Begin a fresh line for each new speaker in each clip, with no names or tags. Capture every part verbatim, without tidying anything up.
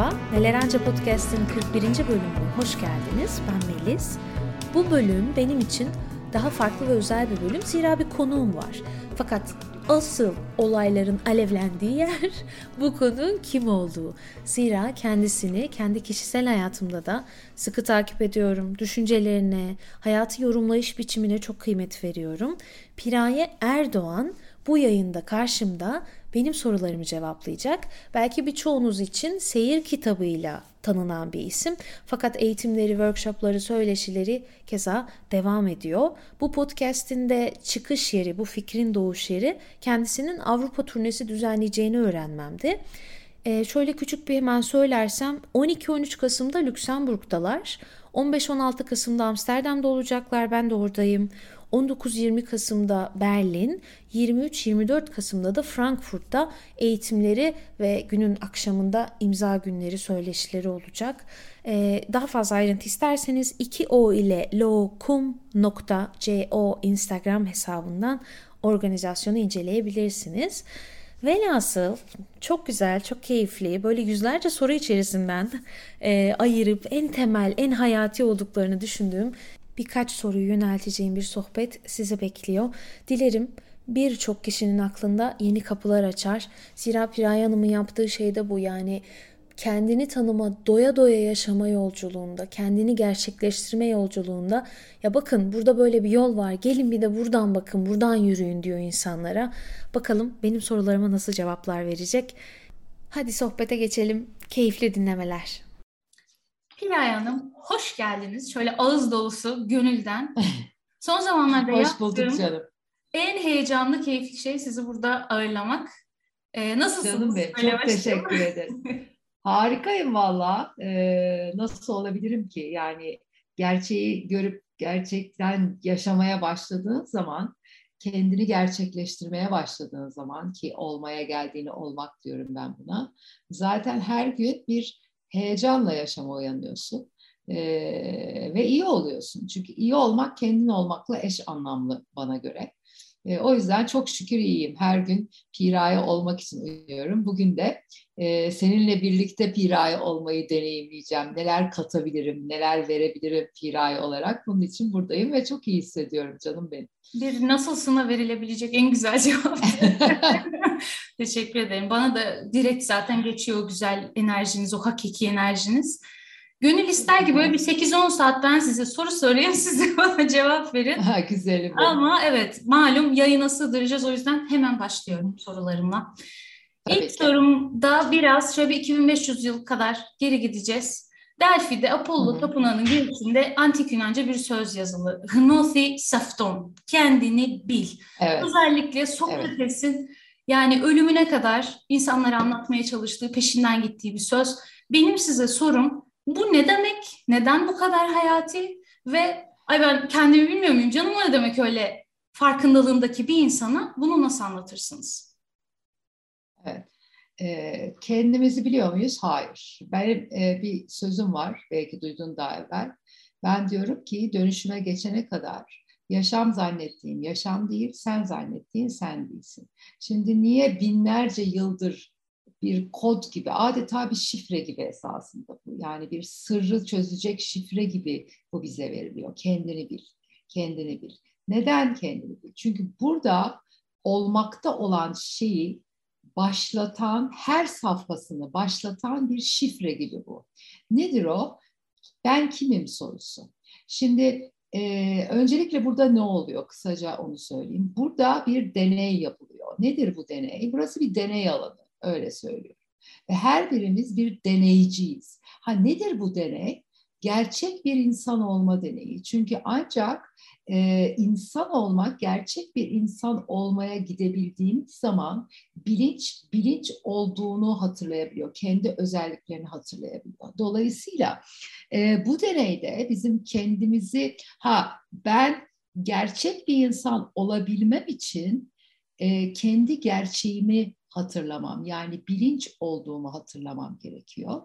Merhaba, Neler Podcast'in kırk birinci bölümüne hoş geldiniz. Ben Melis. Bu bölüm benim için daha farklı ve özel bir bölüm. Zira bir konuğum var. Fakat asıl olayların alevlendiği yer bu konuğun kim olduğu. Zira kendisini kendi kişisel hayatımda da sıkı takip ediyorum. Düşüncelerine, hayatı yorumlayış biçimine çok kıymet veriyorum. Piraye Erdoğan bu yayında karşımda benim sorularımı cevaplayacak. Belki birçoğunuz için seyir kitabıyla tanınan bir isim. Fakat eğitimleri, workshopları, söyleşileri keza devam ediyor. Bu podcast'in de çıkış yeri, bu fikrin doğuş yeri kendisinin Avrupa turnesi düzenleyeceğini öğrenmemdi. Ee, şöyle küçük bir hemen söylersem on iki on üç Kasım'da Lüksemburg'dalar. on beş on altı Kasım'da Amsterdam'da olacaklar. Ben de oradayım. on dokuz yirmi Kasım'da Berlin, yirmi üç yirmi dört Kasım'da da Frankfurt'ta eğitimleri ve günün akşamında imza günleri, söyleşileri olacak. Ee, daha fazla ayrıntı isterseniz iki o ile lokum nokta co Instagram hesabından organizasyonu inceleyebilirsiniz. Velhasıl çok güzel, çok keyifli, böyle yüzlerce soru içerisinden e, ayırıp en temel, en hayati olduklarını düşündüğüm birkaç soruyu yönelteceğim bir sohbet sizi bekliyor. Dilerim birçok kişinin aklında yeni kapılar açar. Zira Piraye Hanım'ın yaptığı şey de bu, yani kendini tanıma, doya doya yaşama yolculuğunda, kendini gerçekleştirme yolculuğunda ya bakın burada böyle bir yol var, gelin bir de buradan bakın, buradan yürüyün diyor insanlara. Bakalım benim sorularıma nasıl cevaplar verecek? Hadi sohbete geçelim. Keyifli dinlemeler.
Piraye Hanım, hoş geldiniz. Şöyle ağız dolusu, gönülden. Son zamanlarda
hoş bulduk canım.
En heyecanlı, keyifli şey sizi burada ağırlamak. Ee, nasılsınız?
Canım benim, çok başlayalım. Teşekkür ederim. Harikayım valla. Ee, nasıl olabilirim ki? Yani gerçeği görüp gerçekten yaşamaya başladığın zaman, kendini gerçekleştirmeye başladığın zaman, ki olmaya geldiğini olmak diyorum ben buna. Zaten her gün bir heyecanla yaşama uyanıyorsun ee, ve iyi oluyorsun. Çünkü iyi olmak kendin olmakla eş anlamlı bana göre. E, o yüzden çok şükür iyiyim. Her gün piraye olmak için uyuyorum. Bugün de e, seninle birlikte piraye olmayı deneyimleyeceğim. Neler katabilirim, neler verebilirim piraye olarak. Bunun için buradayım ve çok iyi hissediyorum canım benim.
Bir nasılsına verilebilecek en güzel cevap. Teşekkür ederim. Bana da direkt zaten geçiyor o güzel enerjiniz, o hakiki enerjiniz. Gönül ister ki böyle bir sekiz on saat ben size soru sorayım, siz de bana cevap verin.
Ha, güzelim.
Ama evet, malum yayına sığdıracağız, o yüzden hemen başlıyorum sorularımla. Tabii İlk ki. Sorumda biraz şöyle bir iki bin beş yüz yıl kadar geri gideceğiz. Delphi'de Apollo tapınağının girişinde antik Yunanca bir söz yazılı. Gnothi Safton, kendini bil. Evet. Özellikle Sokrates'in evet. yani ölümüne kadar insanlara anlatmaya çalıştığı, peşinden gittiği bir söz. Benim size sorum, bu ne demek? Neden bu kadar hayati? Ve ay ben kendimi bilmiyor muyum canım, o ne demek öyle farkındalığındaki bir insana, bunu nasıl anlatırsınız?
Evet. E, kendimizi biliyor muyuz? Hayır. Benim e, bir sözüm var, belki duydun daha evvel. Ben diyorum ki dönüşüme geçene kadar yaşam zannettiğin yaşam değil, sen zannettiğin sen değilsin. Şimdi niye binlerce yıldır bir kod gibi, adeta bir şifre gibi esasında bu. Yani bir sırrı çözecek şifre gibi bu bize veriliyor. Kendini bil, kendini bil. Neden kendini bil? Çünkü burada olmakta olan şeyi başlatan, her safhasını başlatan bir şifre gibi bu. Nedir o? Ben kimim sorusu. Şimdi e, öncelikle burada ne oluyor? Kısaca onu söyleyeyim. Burada bir deney yapılıyor. Nedir bu deney? Burası bir deney alanı. Öyle söylüyorum. Ve her birimiz bir deneyciyiz. Ha nedir bu deney? Gerçek bir insan olma deneyi. Çünkü ancak e, insan olmak, gerçek bir insan olmaya gidebildiğimiz zaman bilinç, bilinç olduğunu hatırlayabiliyor. Kendi özelliklerini hatırlayabiliyor. Dolayısıyla e, bu deneyde bizim kendimizi, ha ben gerçek bir insan olabilmem için e, kendi gerçeğimi hatırlamam, yani bilinç olduğumu hatırlamam gerekiyor.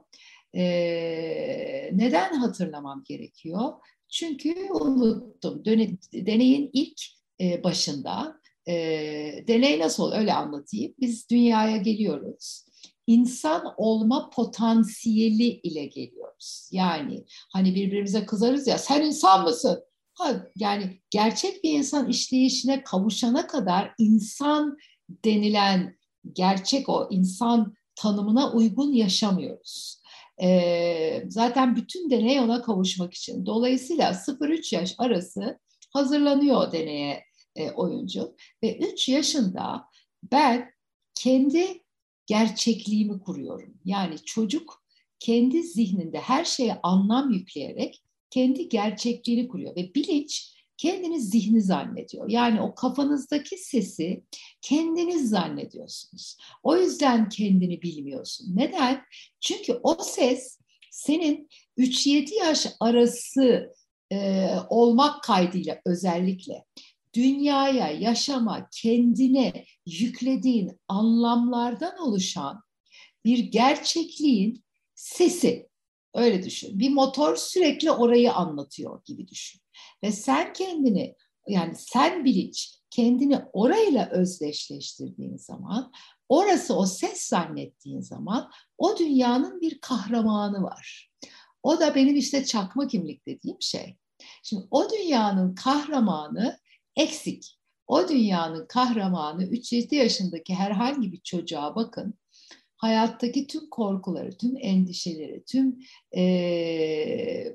Ee, neden hatırlamam gerekiyor? Çünkü unuttum. Deneyin ilk e, başında, e, deney nasıl olur? Öyle anlatayım. Biz dünyaya geliyoruz. insan olma potansiyeli ile geliyoruz. Yani hani birbirimize kızarız ya, sen insan mısın? Ha, yani gerçek bir insan işleyişine kavuşana kadar insan denilen gerçek o insan tanımına uygun yaşamıyoruz. Ee, zaten bütün deney ona kavuşmak için. Dolayısıyla sıfır üç yaş arası hazırlanıyor deneye e, oyuncu ve üç yaşında ben kendi gerçekliğimi kuruyorum. Yani çocuk kendi zihninde her şeye anlam yükleyerek kendi gerçekliğini kuruyor ve bilinç kendini zihni zannediyor. Yani o kafanızdaki sesi kendiniz zannediyorsunuz. O yüzden kendini bilmiyorsun. Neden? Çünkü o ses senin üç yedi yaş arası e, olmak kaydıyla özellikle dünyaya, yaşama, kendine yüklediğin anlamlardan oluşan bir gerçekliğin sesi. Öyle düşün. Bir motor sürekli orayı anlatıyor gibi düşün. Ve sen kendini, yani sen bilinç, kendini orayla özdeşleştirdiğin zaman, orası o ses zannettiğin zaman o dünyanın bir kahramanı var. O da benim işte çakma kimlik dediğim şey. Şimdi o dünyanın kahramanı eksik. O dünyanın kahramanı üç yedi yaşındaki herhangi bir çocuğa bakın. Hayattaki tüm korkuları, tüm endişeleri, tüm ee,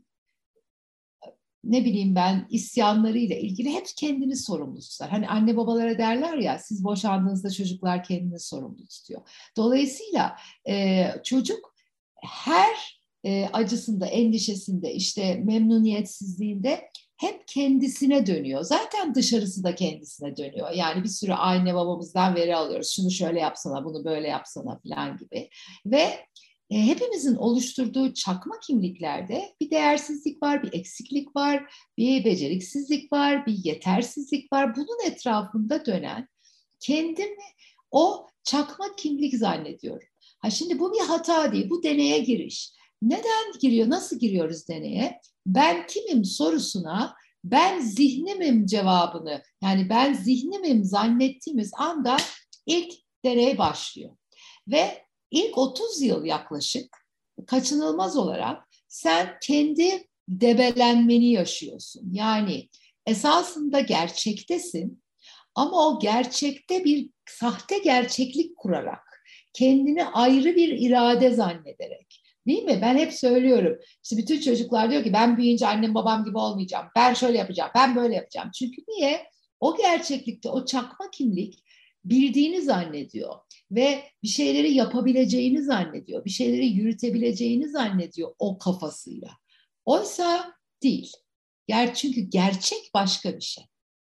ne bileyim ben isyanlarıyla ilgili hep kendini sorumlu tutar. Hani anne babalara derler ya, siz boşandığınızda çocuklar kendini sorumlu tutuyor. Dolayısıyla e, çocuk her e, acısında, endişesinde, işte memnuniyetsizliğinde hep kendisine dönüyor. Zaten dışarısı da kendisine dönüyor. Yani bir sürü anne babamızdan veri alıyoruz. Şunu şöyle yapsana, bunu böyle yapsana falan gibi. Ve e, hepimizin oluşturduğu çakma kimliklerde bir değersizlik var, bir eksiklik var, bir beceriksizlik var, bir yetersizlik var. Bunun etrafında dönen kendimi o çakma kimlik zannediyorum. Ha şimdi bu bir hata değil, bu deneye giriş. Neden giriyor, nasıl giriyoruz deneye? Ben kimim sorusuna ben zihnimim cevabını, yani ben zihnimim zannettiğimiz anda ilk deney başlıyor. Ve ilk otuz yıl yaklaşık kaçınılmaz olarak sen kendi debelenmeni yaşıyorsun. Yani esasında gerçektesin ama o gerçekte bir sahte gerçeklik kurarak, kendini ayrı bir irade zannederek. Değil mi? Ben hep söylüyorum. İşte bütün çocuklar diyor ki ben büyüyünce annem babam gibi olmayacağım. Ben şöyle yapacağım, ben böyle yapacağım. Çünkü niye? O gerçeklikte o çakma kimlik bildiğini zannediyor. Ve bir şeyleri yapabileceğini zannediyor. Bir şeyleri yürütebileceğini zannediyor o kafasıyla. Oysa değil. Ger çünkü gerçek başka bir şey.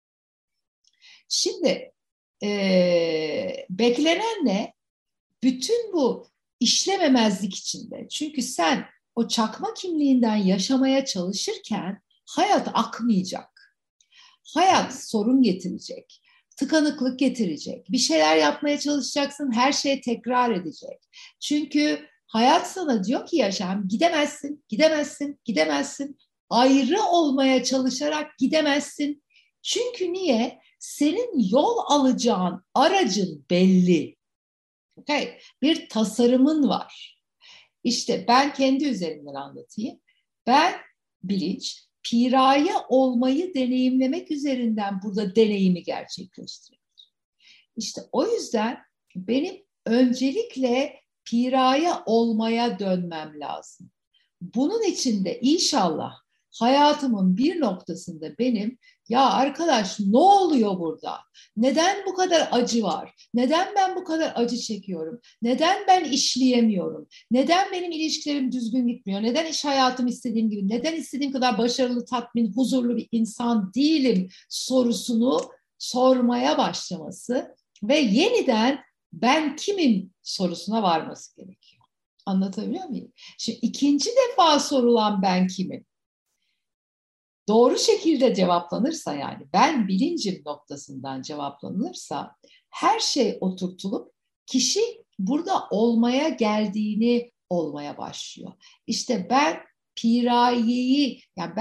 Şimdi ee, beklenen ne? Bütün bu işlememezlik içinde. Çünkü sen o çakma kimliğinden yaşamaya çalışırken hayat akmayacak. Hayat sorun getirecek. Tıkanıklık getirecek. Bir şeyler yapmaya çalışacaksın, her şey tekrar edecek. Çünkü hayat sana diyor ki yaşam gidemezsin, gidemezsin, gidemezsin. Ayrı olmaya çalışarak gidemezsin. Çünkü niye? Senin yol alacağın aracın belli. Okay. Bir tasarımın var. İşte ben kendi üzerimden anlatayım. Ben bilinç, piraya olmayı deneyimlemek üzerinden burada deneyimi gerçekleştiriyorum. İşte o yüzden benim öncelikle piraya olmaya dönmem lazım. Bunun için de inşallah hayatımın bir noktasında benim ya arkadaş ne oluyor burada? Neden bu kadar acı var? Neden ben bu kadar acı çekiyorum? Neden ben işleyemiyorum? Neden benim ilişkilerim düzgün gitmiyor? Neden iş hayatım istediğim gibi? Neden istediğim kadar başarılı, tatmin, huzurlu bir insan değilim sorusunu sormaya başlaması ve yeniden ben kimim sorusuna varması gerekiyor. Anlatabiliyor muyum? Şimdi ikinci defa sorulan ben kimim? Doğru şekilde cevaplanırsa, yani ben bilincim noktasından cevaplanırsa her şey oturtulup kişi burada olmaya geldiğini olmaya başlıyor. İşte ben pirayeyi, yani ben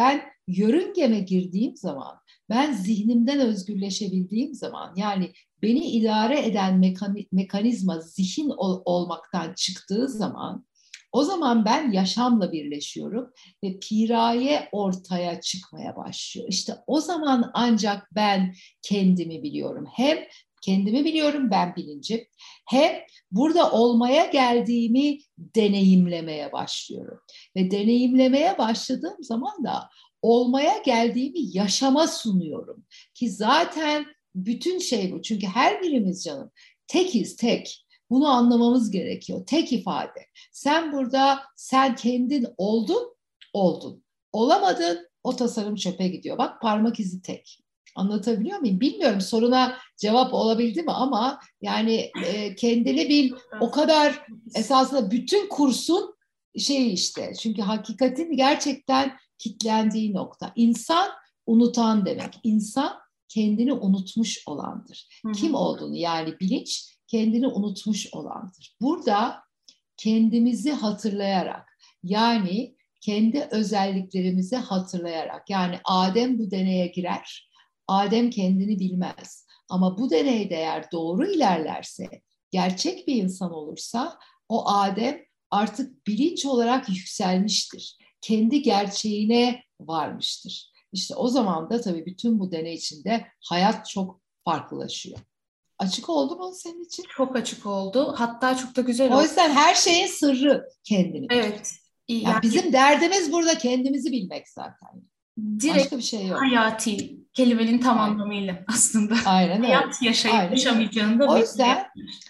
yörüngeme girdiğim zaman, ben zihnimden özgürleşebildiğim zaman, yani beni idare eden mekanizma zihin ol, olmaktan çıktığı zaman, o zaman ben yaşamla birleşiyorum ve piraye ortaya çıkmaya başlıyor. İşte o zaman ancak ben kendimi biliyorum. Hem kendimi biliyorum, ben bilincim, hem burada olmaya geldiğimi deneyimlemeye başlıyorum. Ve deneyimlemeye başladığım zaman da olmaya geldiğimi yaşama sunuyorum. Ki zaten bütün şey bu. Çünkü her birimiz canım tekiz, tek. Bunu anlamamız gerekiyor. Tek ifade. Sen burada, sen kendin oldun, oldun. Olamadın, o tasarım çöpe gidiyor. Bak, parmak izi tek. Anlatabiliyor muyum? Bilmiyorum, soruna cevap olabildi mi ama yani e, kendini bil, o kadar esasında bütün kursun şeyi işte. Çünkü hakikatin gerçekten kitlendiği nokta. İnsan unutan demek. İnsan kendini unutmuş olandır. Hı hı. Kim olduğunu, yani bilinç kendini unutmuş olandır. Burada kendimizi hatırlayarak, yani kendi özelliklerimizi hatırlayarak, yani Adem bu deneye girer, Adem kendini bilmez. Ama bu deneyde eğer doğru ilerlerse, gerçek bir insan olursa, o Adem artık bilinç olarak yükselmiştir. Kendi gerçeğine varmıştır. İşte o zaman da tabii bütün bu deney içinde hayat çok farklılaşıyor. Açık oldu mu senin için?
Çok açık oldu. Hatta çok da güzel oldu.
O yüzden her şeyin sırrı kendini.
Evet.
Yani yani bizim derdimiz burada kendimizi bilmek zaten.
Direkt
başka bir şey yok.
Hayati kelimenin tam Aynen. anlamıyla aslında.
Aynen öyle.
Hayat yaşayıp
Aynen.
yaşamayacağını da
o yüzden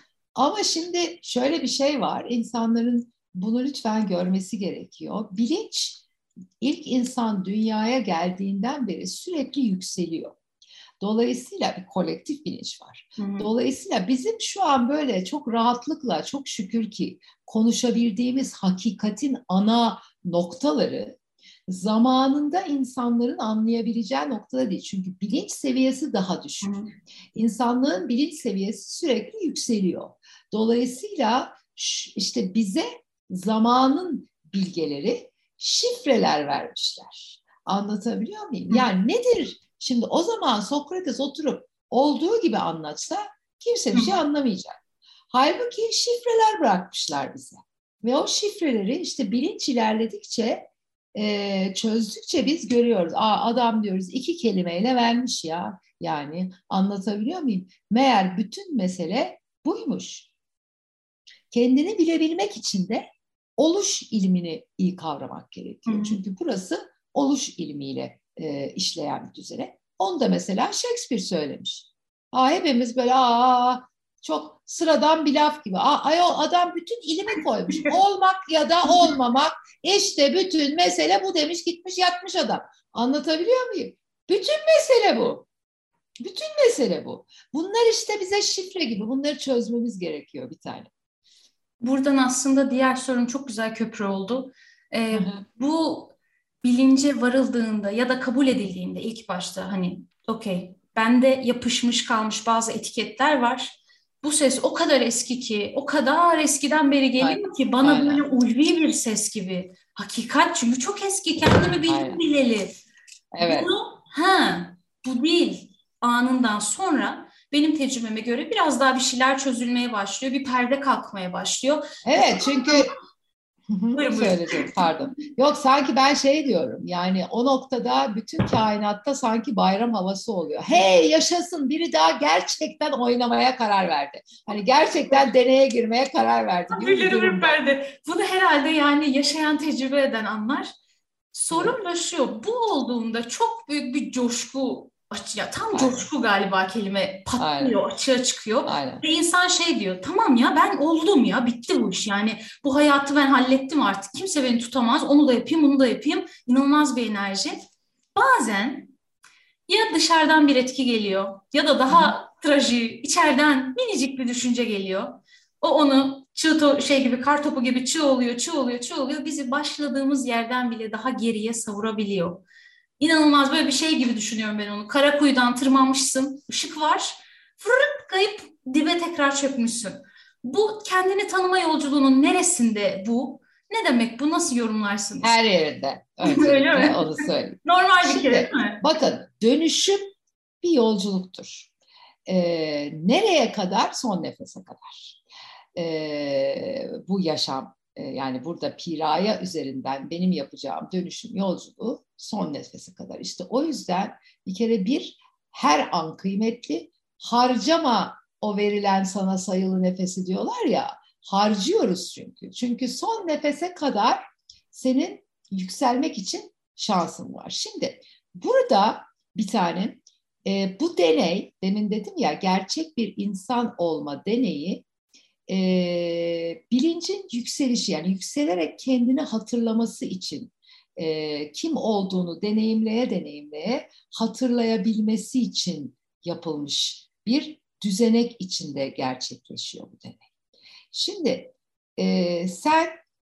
ama şimdi şöyle bir şey var. İnsanların bunu lütfen görmesi gerekiyor. Bilinç ilk insan dünyaya geldiğinden beri sürekli yükseliyor. Dolayısıyla bir kolektif bilinç var. Hı-hı. Dolayısıyla bizim şu an böyle çok rahatlıkla, çok şükür ki konuşabildiğimiz hakikatin ana noktaları zamanında insanların anlayabileceği noktada değil. Çünkü bilinç seviyesi daha düşük. Hı-hı. İnsanlığın bilinç seviyesi sürekli yükseliyor. Dolayısıyla işte bize zamanın bilgeleri şifreler vermişler. Anlatabiliyor muyum? Hı-hı. Yani nedir? Şimdi o zaman Sokrates oturup olduğu gibi anlatsa kimse bir şey anlamayacak. Halbuki şifreler bırakmışlar bize. Ve o şifreleri işte bilinç ilerledikçe, e, çözdükçe biz görüyoruz. Aa, adam diyoruz iki kelimeyle vermiş ya. Yani anlatabiliyor muyum? Meğer bütün mesele buymuş. Kendini bilebilmek için de oluş ilmini iyi kavramak gerekiyor. Hı-hı. Çünkü burası oluş ilmiyle e, işleyen bir düzene. Onu da mesela Shakespeare söylemiş. Aa, hepimiz böyle aa, çok sıradan bir laf gibi. Aa, ayol adam bütün ilmi koymuş. Olmak ya da olmamak, işte bütün mesele bu demiş, gitmiş yatmış adam. Anlatabiliyor muyum? Bütün mesele bu. Bütün mesele bu. Bunlar işte bize şifre gibi. Bunları çözmemiz gerekiyor bir tane.
Buradan aslında diğer sorun çok güzel köprü oldu. Ee, bu bilince varıldığında ya da kabul edildiğinde ilk başta hani okey, bende yapışmış kalmış bazı etiketler var. Bu ses o kadar eski ki, o kadar eskiden beri geliyor Aynen. ki bana Aynen. böyle ulvi bir ses gibi. Hakikat çünkü çok eski, kendimi bildim bileli. Evet. Bunu, ha, bu değil anından sonra benim tecrübeme göre biraz daha bir şeyler çözülmeye başlıyor. Bir perde kalkmaya başlıyor.
Evet, çünkü söyleyeceğim, pardon. Yok, sanki ben şey diyorum, yani o noktada bütün kainatta sanki bayram havası oluyor. Hey yaşasın, biri daha gerçekten oynamaya karar verdi. Hani gerçekten deneye girmeye karar verdi.
Bilirim verdi. Bunu herhalde yani yaşayan, tecrübe eden anlar. Sorun da şu, bu olduğunda çok büyük bir coşku, ya tam Aynen. coşku galiba kelime patlıyor, Aynen. açığa çıkıyor. Aynen. Ve insan şey diyor, tamam ya ben oldum ya, bitti bu iş. Yani bu hayatı ben hallettim artık. Kimse beni tutamaz, onu da yapayım, bunu da yapayım. İnanılmaz bir enerji. Bazen ya dışarıdan bir etki geliyor ya da daha Hı. traji, içeriden minicik bir düşünce geliyor. O onu çığ to- şey gibi, kar topu gibi çığ oluyor, çığ oluyor, çığ oluyor. Bizi başladığımız yerden bile daha geriye savurabiliyor. İnanılmaz, böyle bir şey gibi düşünüyorum ben onu. Kara kuyudan tırmanmışsın, ışık var, fırırt kayıp dibe tekrar çökmüşsün. Bu kendini tanıma yolculuğunun neresinde bu? Ne demek bu? Nasıl yorumlarsınız?
Her yerinde.
Öyle mi?
Onu söyleyeyim.
Normal bir
Şimdi,
kere değil mi?
bakın, dönüşüm bir yolculuktur. Ee, nereye kadar? Son nefese kadar. Ee, bu yaşam, e, yani burada piraya üzerinden benim yapacağım dönüşüm yolculuğu son nefese kadar. İşte o yüzden bir kere bir, her an kıymetli. Harcama o verilen sana sayılı nefesi diyorlar ya, harcıyoruz çünkü. Çünkü son nefese kadar senin yükselmek için şansın var. Şimdi burada bir tane e, bu deney, demin dedim ya, gerçek bir insan olma deneyi, e, bilincin yükselişi, yani yükselerek kendini hatırlaması için, e, kim olduğunu deneyimleye deneyimleye hatırlayabilmesi için yapılmış bir düzenek içinde gerçekleşiyor bu deney. Şimdi e, sen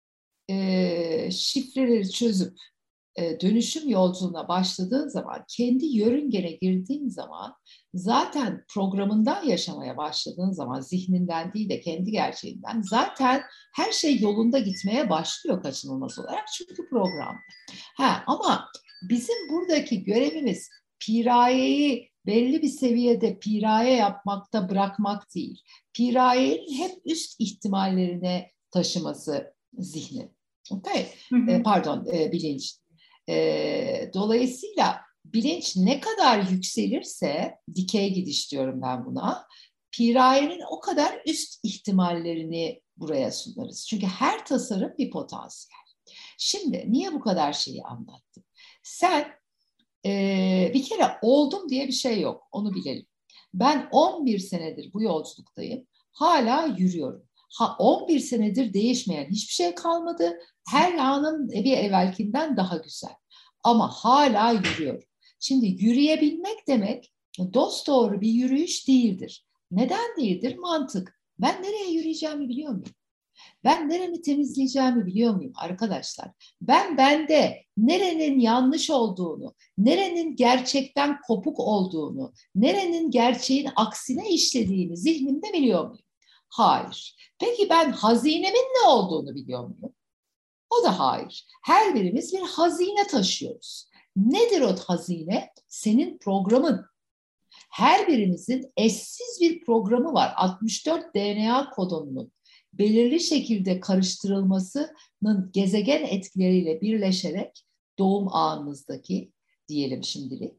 e, şifreleri çözüp e, dönüşüm yolculuğuna başladığın zaman, kendi yörüngene girdiğin zaman, zaten programından yaşamaya başladığın zaman, zihninden değil de kendi gerçeğinden, zaten her şey yolunda gitmeye başlıyor kaçınılmaz olarak, çünkü programda. Ha, ama bizim buradaki görevimiz pirayeyi belli bir seviyede piraye yapmakta bırakmak değil. Pirayenin hep üst ihtimallerine taşıması zihni. Okay? Hı hı. E, pardon, e, bilinç. E, dolayısıyla bilinç ne kadar yükselirse, dikey gidiş diyorum ben buna, pirayenin o kadar üst ihtimallerini buraya sunarız. Çünkü her tasarım bir potansiyel. Şimdi niye bu kadar şeyi anlattım? Sen e, bir kere oldum diye bir şey yok, onu bilelim. Ben on bir senedir bu yolculuktayım, hala yürüyorum. Ha, on bir senedir değişmeyen hiçbir şey kalmadı. Her anım bir evvelkinden daha güzel. Ama hala yürüyorum. Şimdi yürüyebilmek demek dosdoğru bir yürüyüş değildir. Neden değildir? Mantık. Ben nereye yürüyeceğimi biliyor muyum? Ben neremi temizleyeceğimi biliyor muyum arkadaşlar? Ben bende nerenin yanlış olduğunu, nerenin gerçekten kopuk olduğunu, nerenin gerçeğin aksine işlediğini zihnimde biliyor muyum? Hayır. Peki ben hazinemin ne olduğunu biliyor muyum? O da hayır. Her birimiz bir hazine taşıyoruz. Nedir o hazine? Senin programın. Her birimizin eşsiz bir programı var. altmış dört D N A kodonunun belirli şekilde karıştırılmasının gezegen etkileriyle birleşerek doğum anınızdaki, diyelim şimdilik,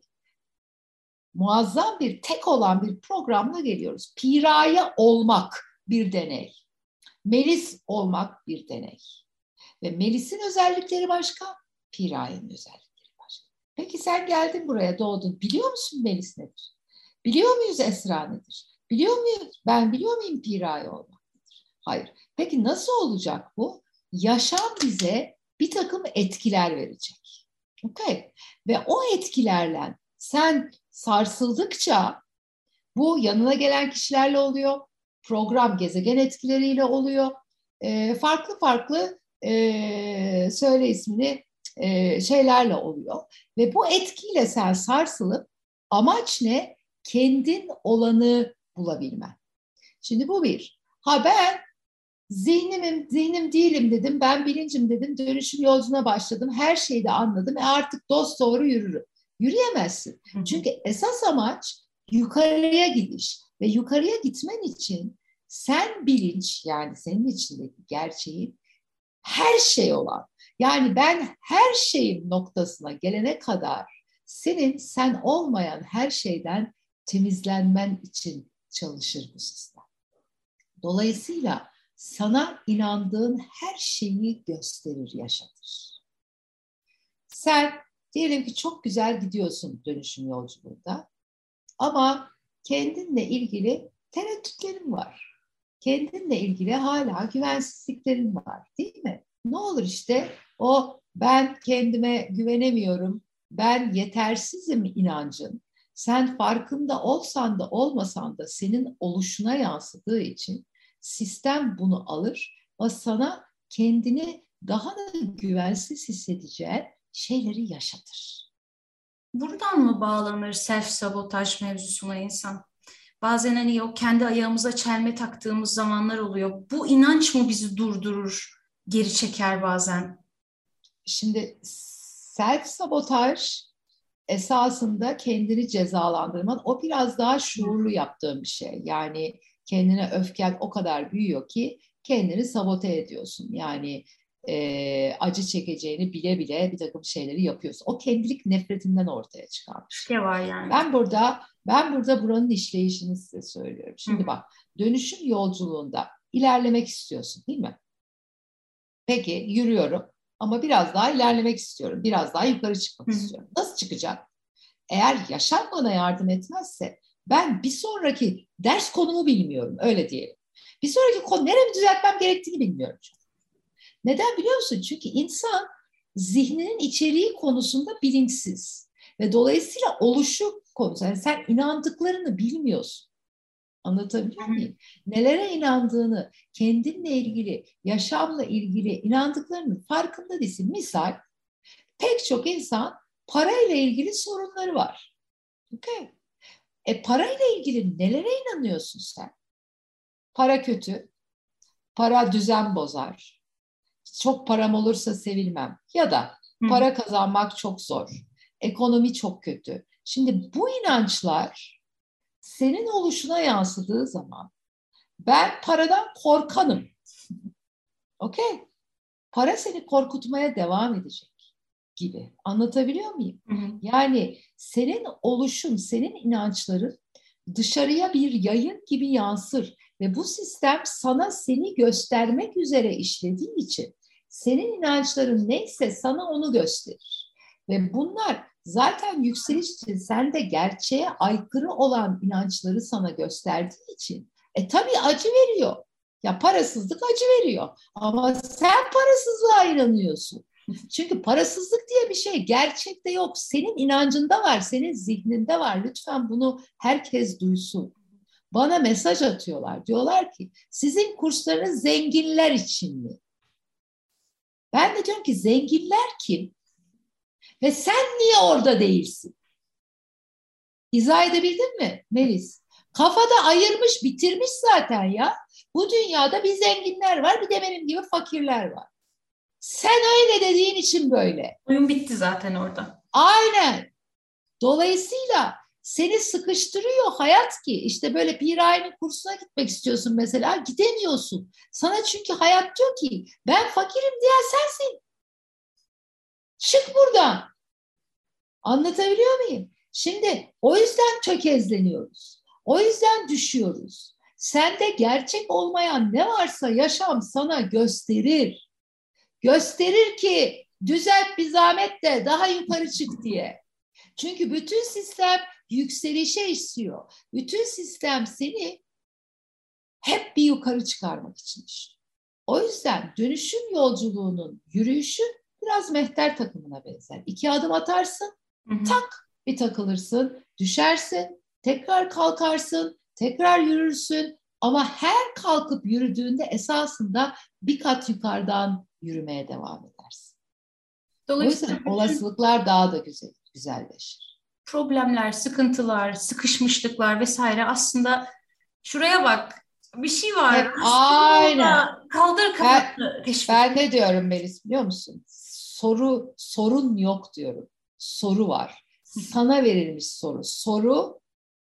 muazzam bir, tek olan bir programla geliyoruz. Piraye olmak bir deney. Melis olmak bir deney. Ve Melis'in özellikleri başka, Piraye'nin özellikleri başka. Peki sen geldin buraya, doğdun. Biliyor musun Melis nedir? Biliyor muyuz Esra nedir? Biliyor muyuz? Ben biliyor muyum Piraye olmak nedir? Hayır. Peki nasıl olacak bu? Yaşam bize bir takım etkiler verecek. Okay. Ve o etkilerle sen sarsıldıkça, bu yanına gelen kişilerle oluyor, program gezegen etkileriyle oluyor, e, farklı farklı e, söyle ismini e, şeylerle oluyor. Ve bu etkiyle sen sarsılıp, amaç ne? Kendin olanı bulabilmen. Şimdi bu bir. Ha ben zihnimim, zihnim değilim dedim, ben bilincim dedim, dönüşüm yolculuğuna başladım, her şeyi de anladım, e artık dosdoğru yürürüm. Yürüyemezsin. Hı hı. Çünkü esas amaç yukarıya gidiş. Ve yukarıya gitmen için sen bilinç, yani senin içindeki gerçeğin her şey olan, yani ben her şeyin noktasına gelene kadar senin sen olmayan her şeyden temizlenmen için çalışır bu sistem. Dolayısıyla sana inandığın her şeyi gösterir, yaşatır. Sen diyelim ki çok güzel gidiyorsun dönüşüm yolculuğunda, ama kendinle ilgili tereddütlerin var. Kendinle ilgili hala güvensizliklerin var, değil mi? Ne olur işte o ben kendime güvenemiyorum, ben yetersizim inancın, sen farkında olsan da olmasan da senin oluşuna yansıdığı için sistem bunu alır ve sana kendini daha da güvensiz hissedeceğin şeyleri yaşatır.
Buradan mı bağlanır self-sabotaj mevzusuna insan? Bazen hani o kendi ayağımıza çelme taktığımız zamanlar oluyor. Bu inanç mı bizi durdurur geri çeker bazen.
Şimdi self sabotaj esasında kendini cezalandırman, o biraz daha şuurlu yaptığın bir şey. Yani kendine öfken o kadar büyüyor ki kendini sabote ediyorsun. Yani e, acı çekeceğini bile bile bir takım şeyleri yapıyorsun. O kendilik nefretinden ortaya çıkarmış.
Ne var yani?
Ben burada ben burada buranın işleyişini size söylüyorum. Şimdi
Hı.
bak, dönüşüm yolculuğunda ilerlemek istiyorsun, değil mi? Peki, yürüyorum ama biraz daha ilerlemek istiyorum. Biraz daha yukarı çıkmak
Hı.
istiyorum. Nasıl çıkacağım? Eğer yaşam bana yardım etmezse ben bir sonraki ders konumu bilmiyorum, öyle diyelim. Bir sonraki konu neremi düzeltmem gerektiğini bilmiyorum. Neden biliyor musun? Çünkü insan zihninin içeriği konusunda bilinçsiz ve dolayısıyla oluşu konusu. Yani sen inandıklarını bilmiyorsun. Anlatabiliyor muyum? Nelere inandığını, kendinle ilgili, yaşamla ilgili inandıklarının farkında değilsin. Misal, pek çok insan parayla ilgili sorunları var. Okay. E parayla ilgili nelere inanıyorsun sen? Para kötü, para düzen bozar, çok param olursa sevilmem ya da para kazanmak çok zor, ekonomi çok kötü. Şimdi bu inançlar senin oluşuna yansıdığı zaman ben paradan korkanım. Okey? Para seni korkutmaya devam edecek gibi. Anlatabiliyor muyum?
Hı hı.
Yani senin oluşun, senin inançların dışarıya bir yayın gibi yansır ve bu sistem sana seni göstermek üzere işlediği için senin inançların neyse sana onu gösterir. Ve bunlar zaten yükseliş için sende gerçeğe aykırı olan inançları sana gösterdiği için e tabii acı veriyor. Ya parasızlık acı veriyor. Ama sen parasızlığa inanıyorsun. Çünkü parasızlık diye bir şey gerçekte yok. Senin inancında var, senin zihninde var. Lütfen bunu herkes duysun. Bana mesaj atıyorlar. Diyorlar ki sizin kurslarınız zenginler için mi? Ben de diyorum ki zenginler kim? Ve sen niye orada değilsin? İzah edebildin mi Melis? Kafada ayırmış, bitirmiş zaten ya. Bu dünyada bir zenginler var, bir de benim gibi fakirler var. Sen öyle dediğin için böyle.
Oyun bitti zaten orada.
Aynen. Dolayısıyla seni sıkıştırıyor hayat ki. İşte böyle bir ayının kursuna gitmek istiyorsun mesela, gidemiyorsun. Sana çünkü hayat diyor ki ben fakirim diyen sensin. Çık buradan. Anlatabiliyor muyum? Şimdi o yüzden tökezleniyoruz. O yüzden düşüyoruz. Sende gerçek olmayan ne varsa yaşam sana gösterir. Gösterir ki düzelt bir zahmetle daha yukarı çık diye. Çünkü bütün sistem yükselişe istiyor. Bütün sistem seni hep bir yukarı çıkarmak için işliyor. O yüzden dönüşüm yolculuğunun yürüyüşü biraz mehter takımına benzer. İki adım atarsın, hı hı. tak bir takılırsın, düşersin, tekrar kalkarsın, tekrar yürürsün. Ama her kalkıp yürüdüğünde esasında bir kat yukarıdan yürümeye devam edersin. O yüzden olasılıklar daha da güzel, güzelleşir.
Problemler, sıkıntılar, sıkışmışlıklar vesaire aslında şuraya bak bir şey var.
Hep, aynen.
Kaldır kafanı.
Ben, ben ne diyorum Melis biliyor musun? Soru, sorun yok diyorum. Soru var. Sana verilmiş soru. Soru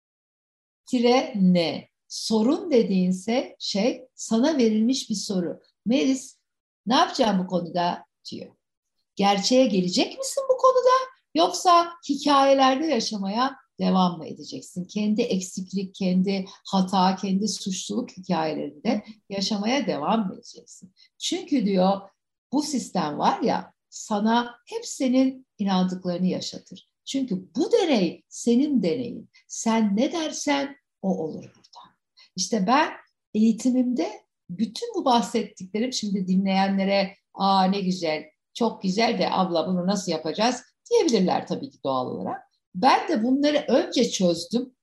tire ne? Sorun dediğinse şey sana verilmiş bir soru. Melis ne yapacağım bu konuda diyor. Gerçeğe gelecek misin bu konuda? Yoksa hikayelerde yaşamaya devam mı edeceksin? Kendi eksiklik, kendi hata, kendi suçluluk hikayelerinde yaşamaya devam mı edeceksin? Çünkü diyor bu sistem var ya sana hep senin inandıklarını yaşatır. Çünkü bu deney senin deneyin. Sen ne dersen o olur burada. İşte ben eğitimimde bütün bu bahsettiklerim şimdi dinleyenlere aa ne güzel, çok güzel de abla bunu nasıl yapacağız diyebilirler tabii ki doğal olarak. Ben de bunları önce çözdüm.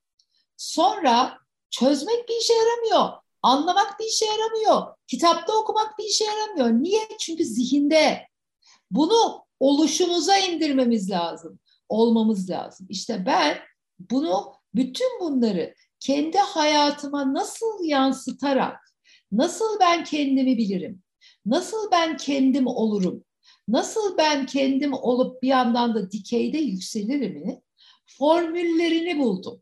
Sonra çözmek bir işe yaramıyor. Anlamak bir işe yaramıyor. Kitapta okumak bir işe yaramıyor. Niye? Çünkü zihinde. Bunu oluşumuza indirmemiz lazım. Olmamız lazım. İşte ben bunu, bütün bunları kendi hayatıma nasıl yansıtarak, nasıl ben kendimi bilirim, Nasıl ben kendim olurum? Nasıl ben kendim olup bir yandan da dikeyde yükselirim'i formüllerini buldum.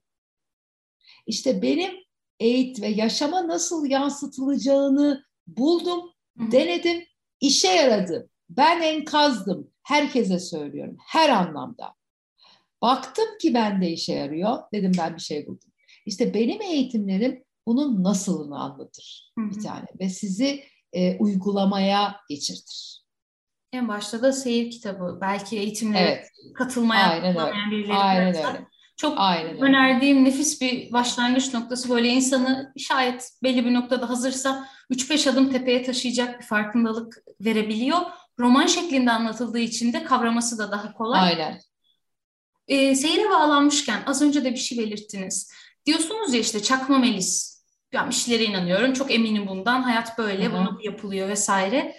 İşte benim eğit ve yaşama nasıl yansıtılacağını buldum, denedim, işe yaradı. Ben enkazdım, herkese söylüyorum, her anlamda. Baktım ki bende işe yarıyor, dedim ben bir şey buldum. İşte benim eğitimlerim bunun nasılını anlatır bir tane ve sizi e, uygulamaya geçirtir.
En başta da seyir kitabı. Belki eğitimlere
Evet.
katılmaya,
Aynen
katılamayan
öyle.
birileri
Aynen
varsa
öyle.
çok
Aynen öyle.
önerdiğim nefis bir başlangıç noktası. Böyle insanı şayet belli bir noktada hazırsa üç beş adım tepeye taşıyacak bir farkındalık verebiliyor. Roman şeklinde anlatıldığı için de kavraması da daha kolay.
Aynen.
E, seyre bağlanmışken az önce de bir şey belirttiniz. Diyorsunuz ya işte çakma melis. Ben işlere inanıyorum. Çok eminim bundan. Hayat böyle.
Hı-hı.
Buna bu yapılıyor vesaire.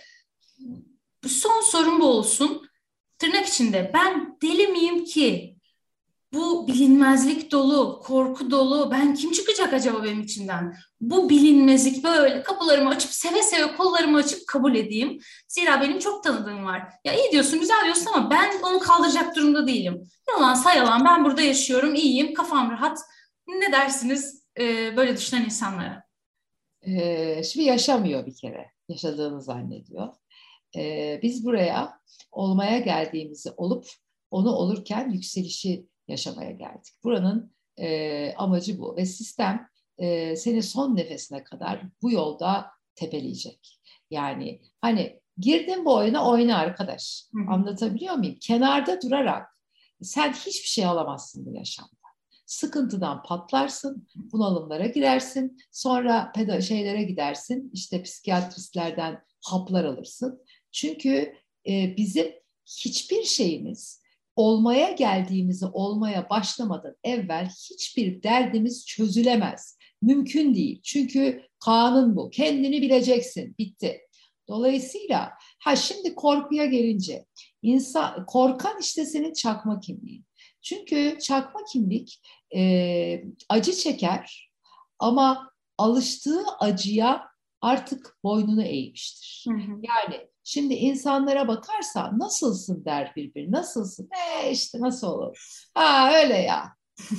Son sorum bu olsun. Tırnak içinde ben deli miyim ki bu bilinmezlik dolu, korku dolu, ben kim çıkacak acaba benim içimden? Bu bilinmezlik böyle kapılarımı açıp seve seve kollarımı açıp kabul edeyim. Zira benim çok tanıdığım var. Ya iyi diyorsun, güzel diyorsun ama ben onu kaldıracak durumda değilim. Yalansa yalan, ben burada yaşıyorum, iyiyim, kafam rahat. Ne dersiniz e, böyle düşünen insanlara?
Ee, şimdi yaşamıyor bir kere. Yaşadığını zannediyor. Ee, biz buraya olmaya geldiğimizi olup onu olurken yükselişi yaşamaya geldik. Buranın e, amacı bu ve sistem e, seni son nefesine kadar bu yolda tepeleyecek. Yani hani girdin bu oyuna, oyna arkadaş.
Hı hı.
Anlatabiliyor muyum? Kenarda durarak sen hiçbir şey alamazsın bu yaşamda. Sıkıntıdan patlarsın, bunalımlara girersin, sonra peda şeylere gidersin, işte psikiyatristlerden haplar alırsın. Çünkü e, bizim hiçbir şeyimiz olmaya geldiğimizi olmaya başlamadan evvel hiçbir derdimiz çözülemez. Mümkün değil. Çünkü kanun bu. Kendini bileceksin. Bitti. Dolayısıyla ha şimdi korkuya gelince insan korkan işte senin çakma kimliğin. Çünkü çakma kimlik e, acı çeker ama alıştığı acıya artık boynunu eğmiştir.
Hı hı.
Yani şimdi insanlara bakarsan nasılsın der birbiri. Nasılsın? E işte nasıl olur? Ha öyle ya.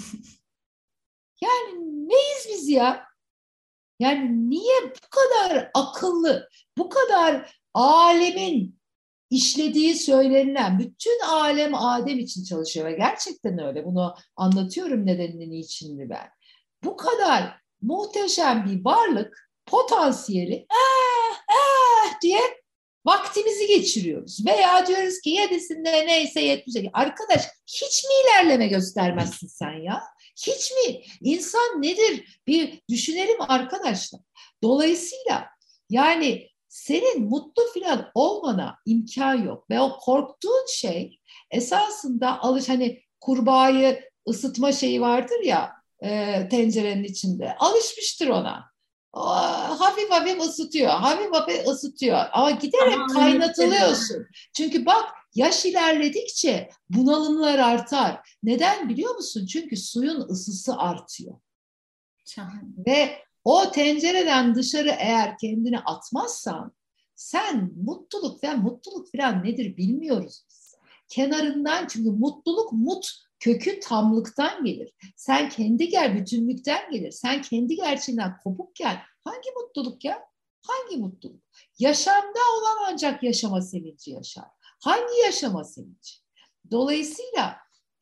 Yani neyiz biz ya? Yani niye bu kadar akıllı, bu kadar alemin işlediği söylenilen bütün alem Adem için çalışıyor ve gerçekten öyle. Bunu anlatıyorum nedenini, niçinini ben. Bu kadar muhteşem bir varlık potansiyeli eh, eh diye vaktimizi geçiriyoruz. Veya diyoruz ki yedisinde neyse yetmişe. Arkadaş hiç mi ilerleme göstermezsin sen ya? Hiç mi? İnsan nedir? Bir düşünelim arkadaşlar. Dolayısıyla yani senin mutlu filan olmana imkan yok. Ve o korktuğun şey esasında alış hani kurbağayı ısıtma şeyi vardır ya e, tencerenin içinde. Alışmıştır ona. O, hafif hafif ısıtıyor. Hafif hafif ısıtıyor. Ama giderek
Ama
kaynatılıyorsun. Çünkü bak yaş ilerledikçe bunalımlar artar. Neden biliyor musun? Çünkü suyun ısısı artıyor.
Şahane.
Ve o tencereden dışarı eğer kendini atmazsan sen mutluluk ve mutluluk falan nedir bilmiyoruz biz. Kenarından çünkü mutluluk mut kökü tamlıktan gelir. Sen kendi gel bütünlükten gelir. Sen kendi gerçeğinden kopukken hangi mutluluk ya? Hangi mutluluk? Yaşamda olan ancak yaşama sevinci yaşar. Hangi yaşama sevinci? Dolayısıyla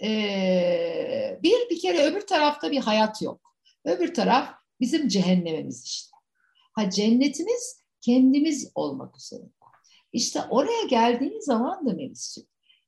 ee, bir bir kere öbür tarafta bir hayat yok. Öbür taraf bizim cehennemimiz işte. Ha cennetimiz kendimiz olmak üzere. İşte oraya geldiğin zaman da Melis'ciğim,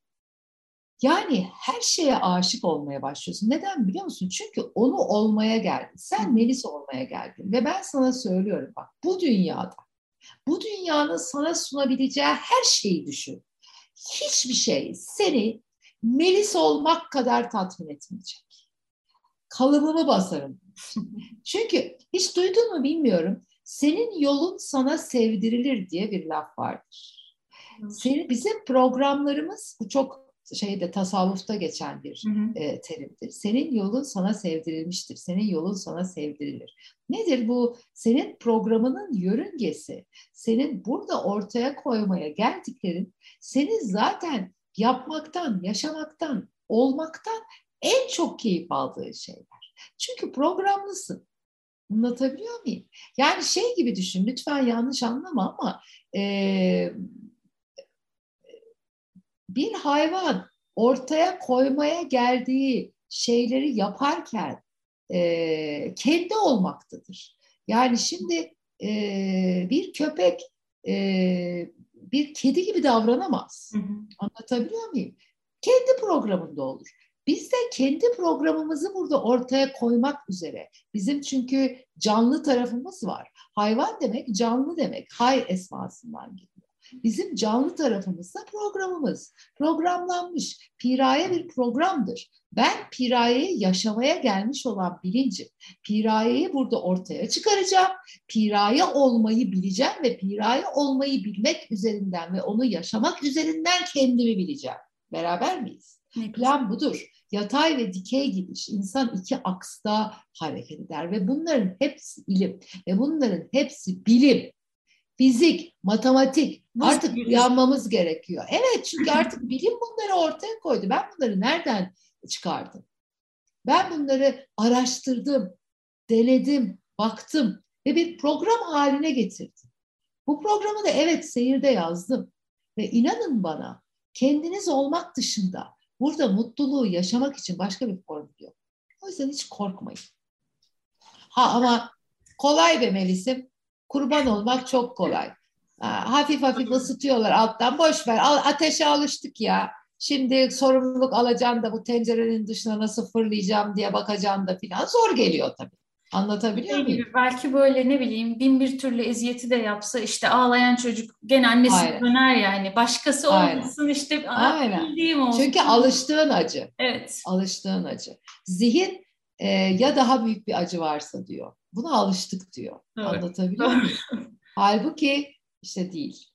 yani her şeye aşık olmaya başlıyorsun. Neden biliyor musun? Çünkü onu olmaya geldin. Sen Melis olmaya geldin. Ve ben sana söylüyorum bak bu dünyada, bu dünyanın sana sunabileceği her şeyi düşün. Hiçbir şey seni Melis olmak kadar tatmin etmeyecek. Kalıbımı basarım. Çünkü hiç duydun mu bilmiyorum. Senin yolun sana sevdirilir diye bir laf vardır. Senin, bizim programlarımız bu çok şeyde tasavvufta geçen bir hı hı. E, terimdir. Senin yolun sana sevdirilmiştir. Senin yolun sana sevdirilir. Nedir bu? Senin programının yörüngesi. Senin burada ortaya koymaya geldiklerin senin zaten yapmaktan, yaşamaktan, olmaktan en çok keyif aldığın şeyler. Çünkü programlısın. Anlatabiliyor muyum? Yani şey gibi düşün, lütfen yanlış anlama ama e, bir hayvan ortaya koymaya geldiği şeyleri yaparken e, kendi olmaktadır. Yani şimdi e, bir köpek e, bir kedi gibi davranamaz. Hı hı. Anlatabiliyor muyum? Kendi programında olur. Biz de kendi programımızı burada ortaya koymak üzere. Bizim çünkü canlı tarafımız var. Hayvan demek canlı demek. Hay esmasından geliyor. Bizim canlı tarafımız da programımız. Programlanmış. Piraye bir programdır. Ben pirayeyi yaşamaya gelmiş olan bilincim. Pirayeyi burada ortaya çıkaracağım. Piraye olmayı bileceğim ve piraye olmayı bilmek üzerinden ve onu yaşamak üzerinden kendimi bileceğim. Beraber miyiz? Plan budur. Yatay ve dikey gidiş. İnsan iki aksta hareket eder ve bunların hepsi ilim ve bunların hepsi bilim. Fizik, matematik. Artık uyanmamız gerekiyor. Evet, çünkü artık bilim bunları ortaya koydu. Ben bunları nereden çıkardım? Ben bunları araştırdım, denedim, baktım ve bir program haline getirdim. Bu programı da evet seyirde yazdım. Ve inanın bana, kendiniz olmak dışında burada mutluluğu yaşamak için başka bir formül yok. O yüzden hiç korkmayın. Ha ama kolay be Melis'im. Kurban olmak çok kolay. Ha, hafif hafif ısıtıyorlar alttan. Boş ver. Al, ateşe alıştık ya. Şimdi sorumluluk alacaksın da bu tencerenin dışına nasıl fırlayacağım diye bakacaksın da filan. Zor geliyor tabii. Anlatabiliyor
şey
muyum?
Gibi, belki böyle ne bileyim bin bir türlü eziyeti de yapsa işte ağlayan çocuk gene annesi döner yani. Başkası olmasın Aynen. işte.
Aynen.
Bildiğim olsun.
Çünkü alıştığın acı.
Evet.
Alıştığın acı. Zihin e, ya daha büyük bir acı varsa diyor. Buna alıştık diyor. Evet. Anlatabiliyor muyum? Halbuki işte değil.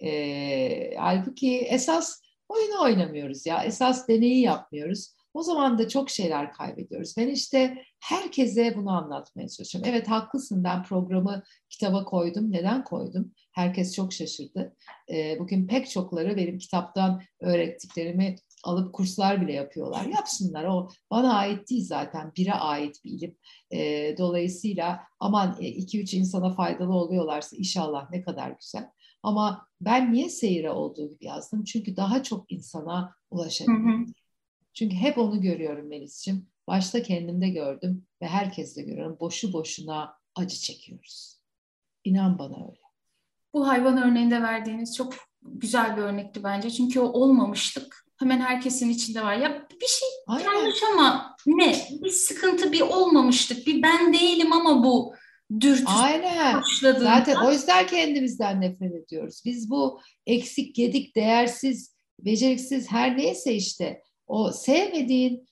E, halbuki esas oyunu oynamıyoruz ya. Esas deneyi yapmıyoruz. O zaman da çok şeyler kaybediyoruz. Ben işte herkese bunu anlatmaya çalışıyorum. Evet haklısın, ben programı kitaba koydum. Neden koydum? Herkes çok şaşırdı. E, bugün pek çokları benim kitaptan öğrettiklerimi alıp kurslar bile yapıyorlar. Yapsınlar, o bana ait değil zaten, bire ait bir ilim. E, dolayısıyla aman iki üç insana faydalı oluyorlarsa inşallah ne kadar güzel. Ama ben niye seyire olduğu gibi yazdım? Çünkü daha çok insana ulaşabilirim. Çünkü hep onu görüyorum Melis'ciğim. Başta kendimde gördüm ve herkes de görüyorum. Boşu boşuna acı çekiyoruz. İnan bana öyle.
Bu hayvan örneğinde verdiğiniz çok güzel bir örnekti bence. Çünkü o olmamışlık hemen herkesin içinde var. Ya bir şey Aynen. yanlış ama ne? Bir sıkıntı, bir olmamışlık. Bir ben değilim ama bu dürtü başladığında.
Zaten o yüzden kendimizden nefret ediyoruz. Biz bu eksik, gedik, değersiz, beceriksiz her neyse işte o sevmediğin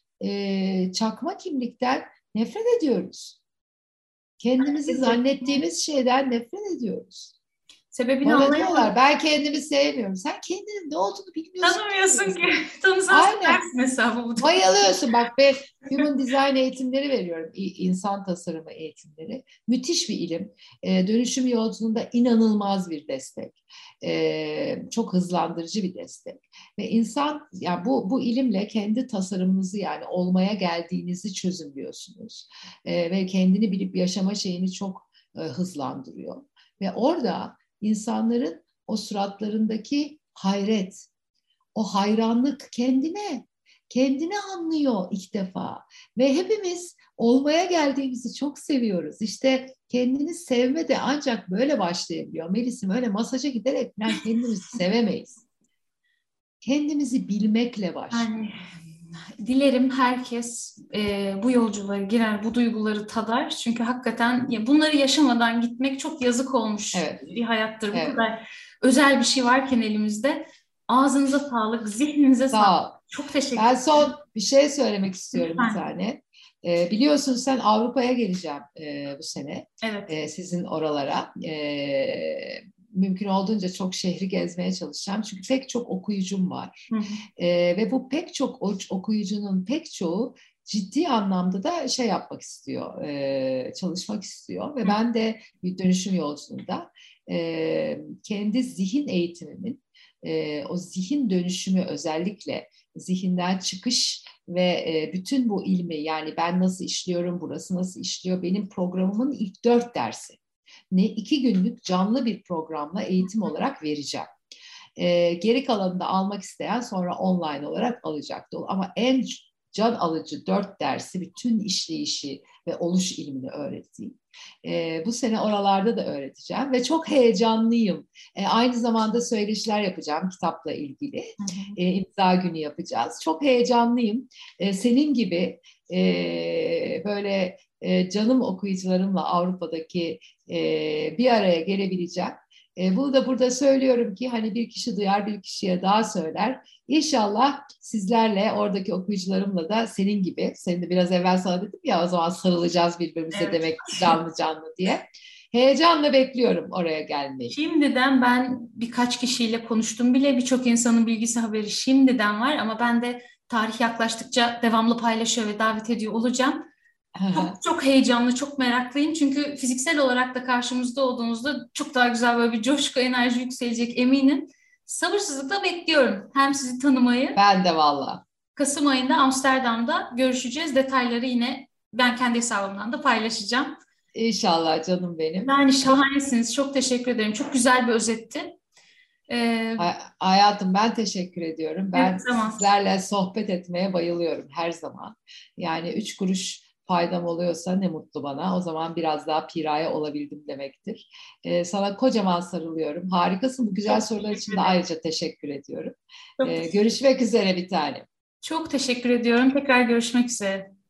e, çakma kimlikten nefret ediyoruz. Kendimizi zannettiğimiz şeyden nefret ediyoruz.
Sebebini
Bana diyorlar ben kendimi sevmiyorum. Sen kendinin ne olduğunu bilmiyorsun.
Tanımıyorsun ki. Tanısan dersin hesabı bu.
Bayılıyorsun. Bak ben Human Design eğitimleri veriyorum. İnsan tasarımı eğitimleri. Müthiş bir ilim. Ee, dönüşüm yolculuğunda inanılmaz bir destek. Ee, çok hızlandırıcı bir destek. Ve insan yani bu, bu ilimle kendi tasarımınızı yani olmaya geldiğinizi çözümlüyorsunuz. Ee, ve kendini bilip yaşama şeyini çok e, hızlandırıyor. Ve orada İnsanların o suratlarındaki hayret, o hayranlık kendine, kendini anlıyor ilk defa. Ve hepimiz olmaya geldiğimizi çok seviyoruz. İşte kendini sevme de ancak böyle başlayabiliyor. Melis'im öyle masaja giderek falan kendimizi sevemeyiz. Kendimizi bilmekle başlıyor.
Yani, dilerim herkes e, bu yolculuğa girer, bu duyguları tadar. Çünkü hakikaten ya bunları yaşamadan gitmek çok yazık olmuş evet. bir hayattır. Bu evet. kadar özel bir şey varken elimizde. Ağzınıza sağlık, zihninize Sağ sağlık. Çok teşekkür ederim.
Ben son bir şey söylemek istiyorum Lütfen. bir tane. Ee, biliyorsun sen Avrupa'ya geleceğim e, bu sene.
Evet.
E, sizin oralara. E, mümkün olduğunca çok şehri gezmeye çalışacağım. Çünkü pek çok okuyucum var. Hı hı. E, ve bu pek çok okuyucunun pek çoğu ciddi anlamda da şey yapmak istiyor, e, çalışmak istiyor. Ve ben de bir dönüşüm yolculuğunda e, kendi zihin eğitimimin, e, o zihin dönüşümü, özellikle zihinden çıkış ve e, bütün bu ilmi, yani ben nasıl işliyorum, burası nasıl işliyor, benim programımın ilk dört dersi. Ne iki günlük canlı bir programla eğitim olarak vereceğim. E, geri kalanını da almak isteyen sonra online olarak alacaktı. Ama en can alıcı dört dersi, bütün işleyişi ve oluş ilmini öğrettiğim. E, bu sene oralarda da öğreteceğim ve çok heyecanlıyım. E, aynı zamanda söyleşiler yapacağım kitapla ilgili. E, imza günü yapacağız. Çok heyecanlıyım. E, senin gibi e, böyle e, canım okuyucularımla Avrupa'daki e, bir araya gelebileceğim. E, bunu da burada söylüyorum ki hani bir kişi duyar, bir kişiye daha söyler. İnşallah sizlerle, oradaki okuyucularımla da senin gibi, senin de biraz evvel sana dedim ya, o zaman sarılacağız birbirimize, evet, demek canlı canlı diye. Heyecanla bekliyorum oraya gelmeyi.
Şimdiden ben birkaç kişiyle konuştum bile, birçok insanın bilgisi, haberi şimdiden var ama ben de tarih yaklaştıkça devamlı paylaşıyor ve davet ediyor olacağım. Çok çok heyecanlı, çok meraklıyım. Çünkü fiziksel olarak da karşımızda olduğunuzda çok daha güzel böyle bir coşku, enerji yükselecek eminim. Sabırsızlıkla bekliyorum hem sizi tanımayı.
Ben de valla.
Kasım ayında Amsterdam'da görüşeceğiz. Detayları yine ben kendi hesabımdan da paylaşacağım.
İnşallah canım benim.
Yani şahanesiniz. Çok teşekkür ederim. Çok güzel bir özetti.
Ee, Hayatım, ben teşekkür ediyorum. Ben evet, tamam. Sizlerle sohbet etmeye bayılıyorum her zaman. Yani üç kuruş faydam oluyorsa ne mutlu bana. O zaman biraz daha piraya olabildim demektir. Ee, sana kocaman sarılıyorum. Harikasın. Bu güzel Çok sorular için de ayrıca teşekkür ediyorum. Ee, görüşmek üzere bir tanem.
Çok teşekkür ediyorum. Tekrar görüşmek üzere.